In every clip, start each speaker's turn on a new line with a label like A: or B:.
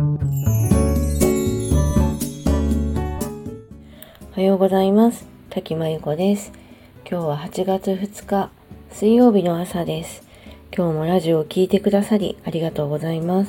A: おはようございます。滝真由子です。今日は8月2日水曜日の朝です。今日もラジオを聞いてくださりありがとうございます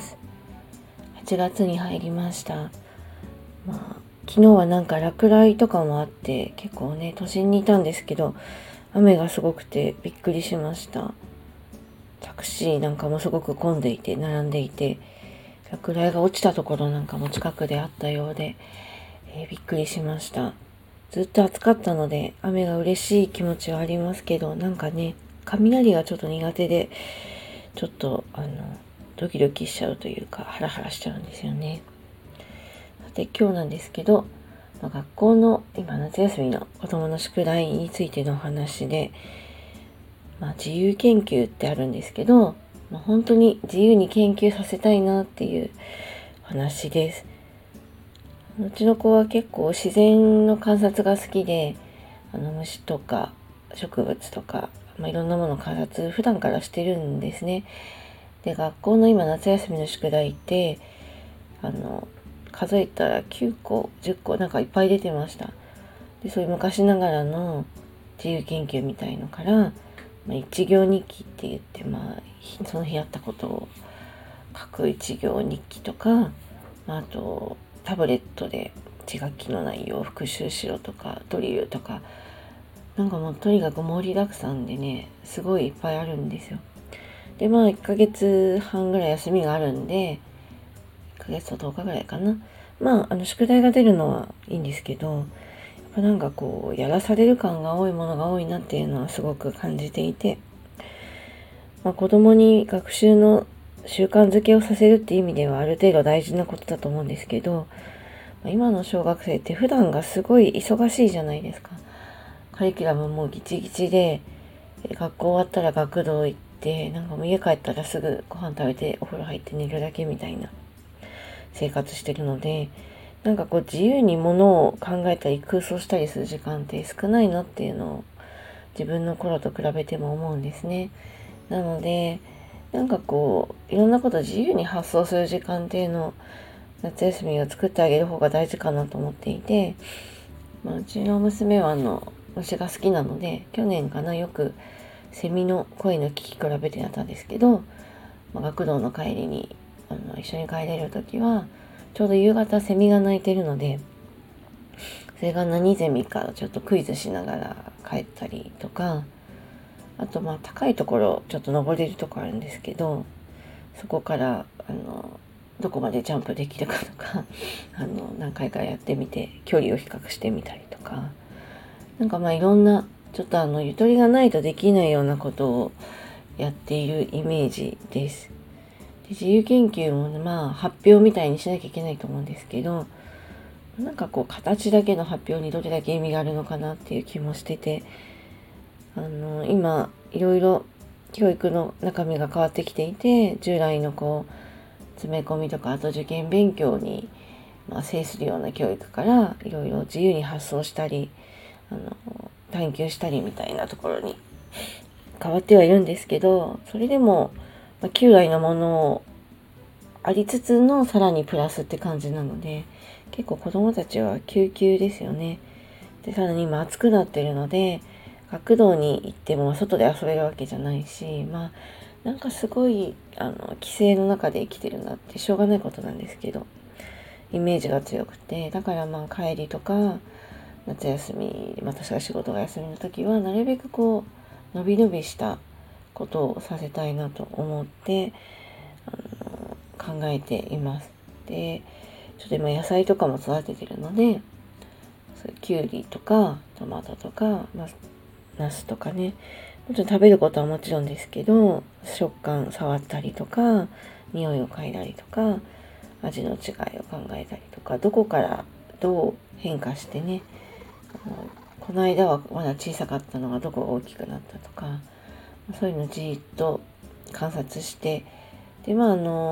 A: 。8月に入りました。昨日はなんか落雷とかもあって結構ね都心にいたんですけど、雨がすごくてびっくりしました。タクシーなんかもすごく混んでいて並んでいて、落雷が落ちたところなんかも近くであったようで、びっくりしました。ずっと暑かったので雨が嬉しい気持ちはありますけど、なんかね雷がちょっと苦手で、ちょっとドキドキしちゃうというかハラハラしちゃうんですよね。さて今日なんですけど、学校の今夏休みの子供の宿題についてのお話で、自由研究ってあるんですけど、本当に自由に研究させたいなっていう話です。うちの子は結構自然の観察が好きで、虫とか植物とか、いろんなものを観察普段からしてるんですね。で、学校の今夏休みの宿題って数えたら9個10個なんかいっぱい出てました。で、そういう昔ながらの自由研究みたいのから、一行日記って言って、その日やったことを書く一行日記とか、あとタブレットで1学期の内容を復習しろとかドリルとか、なんかもうとにかく盛りだくさんでね、すごいいっぱいあるんですよ。で1ヶ月半ぐらい休みがあるんで、1ヶ月と10日ぐらいかな。宿題が出るのはいいんですけど、やっぱなんかやらされる感が多いものが多いなっていうのはすごく感じていて、子供に学習の習慣づけをさせるっていう意味ではある程度大事なことだと思うんですけど、今の小学生って普段がすごい忙しいじゃないですか。カリキュラムもギチギチで、学校終わったら学童行って、なんかもう家帰ったらすぐご飯食べてお風呂入って寝るだけみたいな生活してるので、なんか自由にものを考えたり空想したりする時間って少ないなっていうのを自分の頃と比べても思うんですね。なので、なんかいろんなことを自由に発想する時間っていうのを夏休みを作ってあげる方が大事かなと思っていて、うちの娘は虫が好きなので、去年かなよくセミの声の聞き比べてやったんですけど、学童の帰りに一緒に帰れるときはちょうど夕方セミが鳴いてるので、それが何ゼミかちょっとクイズしながら帰ったりとか、あと高いところちょっと登れるとこあるんですけど、そこからどこまでジャンプできるかとか何回かやってみて距離を比較してみたりとか、なんかいろんなちょっとゆとりがないとできないようなことをやっているイメージです。で、自由研究も発表みたいにしなきゃいけないと思うんですけど、なんか形だけの発表にどれだけ意味があるのかなっていう気もしてて、今いろいろ教育の中身が変わってきていて、従来の詰め込みとか、あと受験勉強に制するような教育からいろいろ自由に発想したり探求したりみたいなところに変わってはいるんですけど、それでも旧来のものをありつつのさらにプラスって感じなので、結構子供たちは救急ですよね。で、さらに今暑くなってるので、学童に行っても外で遊べるわけじゃないし、なんかすごい規制の中で生きてるなってしょうがないことなんですけど、イメージが強くて、だから帰りとか夏休み、私が仕事が休みの時はなるべくのびのびしたことをさせたいなと思って考えています。で、ちょっと今野菜とかも育ててるので、きゅうりとかトマトとか、ナスとかね、もちろん食べることはもちろんですけど、食感触ったりとか、匂いを嗅いだりとか、味の違いを考えたりとか、どこからどう変化してね、この間はまだ小さかったのがどこが大きくなったとか、そういうのをじーっと観察して、で今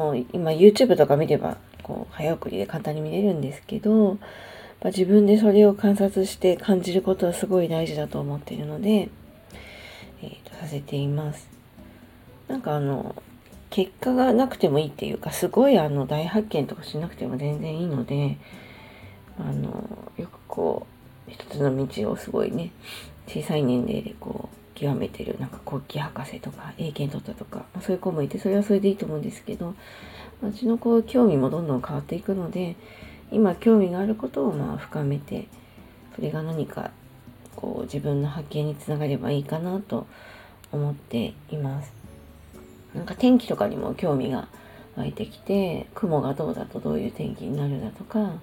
A: YouTube とか見れば早送りで簡単に見れるんですけど、自分でそれを観察して感じることはすごい大事だと思っているので、させています。なんか結果がなくてもいいっていうか、すごい大発見とかしなくても全然いいので、よくこう一つの道をすごいね、小さい年齢でこう極めてる国旗博士とか英検取ったとか、そういう子もいて、それはそれでいいと思うんですけど、うちの子興味もどんどん変わっていくので、今興味があることを深めて、それが何かこう自分の発見につながればいいかなと思っています。天気とかにも興味が湧いてきて、雲がどうだとどういう天気になるだとか、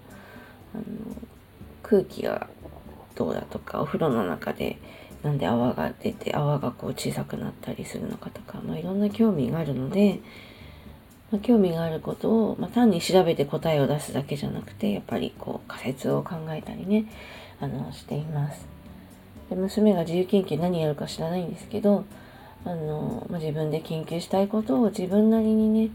A: 空気がどうだとか、お風呂の中でなんで泡が出て泡がこう小さくなったりするのかとか、いろんな興味があるので、興味があることを、単に調べて答えを出すだけじゃなくて、やっぱりこう仮説を考えたりね、しています。で、娘が自由研究何やるか知らないんですけど、自分で研究したいことを自分なりにね、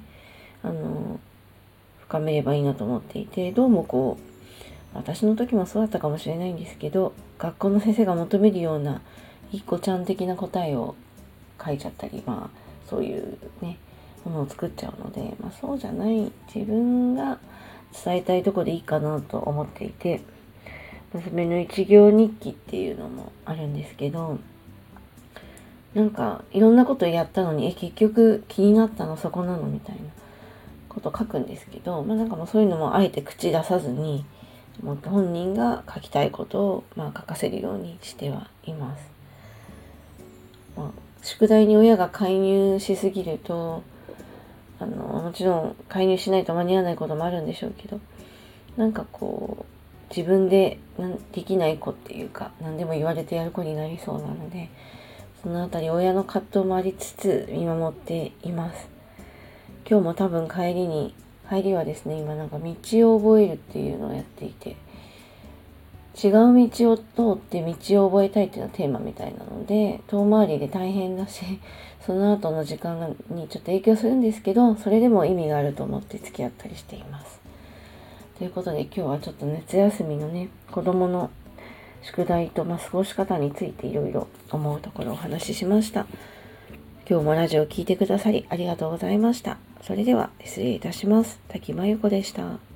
A: 深めればいいなと思っていて、どうもこう、私の時もそうだったかもしれないんですけど、学校の先生が求めるようないい子ちゃん的な答えを書いちゃったり、そういうね、ものを作っちゃうので、そうじゃない自分が伝えたいとこでいいかなと思っていて、娘の一行日記っていうのもあるんですけど、いろんなことやったのに、結局気になったのそこなのみたいなこと書くんですけど、もうそういうのもあえて口出さずに、もっと本人が書きたいことを書かせるようにしてはいます。宿題に親が介入しすぎると、もちろん介入しないと間に合わないこともあるんでしょうけど、自分でできない子っていうか、何でも言われてやる子になりそうなので、そのあたり親の葛藤もありつつ見守っています。今日も多分帰りはですね、今道を覚えるっていうのをやっていて、違う道を通って道を覚えたいっていうのがテーマみたいなので、遠回りで大変だし、その後の時間にちょっと影響するんですけど、それでも意味があると思って付き合ったりしています。ということで今日はちょっと夏休みのね、子供の宿題と過ごし方についていろいろ思うところをお話ししました。今日もラジオを聞いてくださりありがとうございました。それでは失礼いたします。滝真由子でした。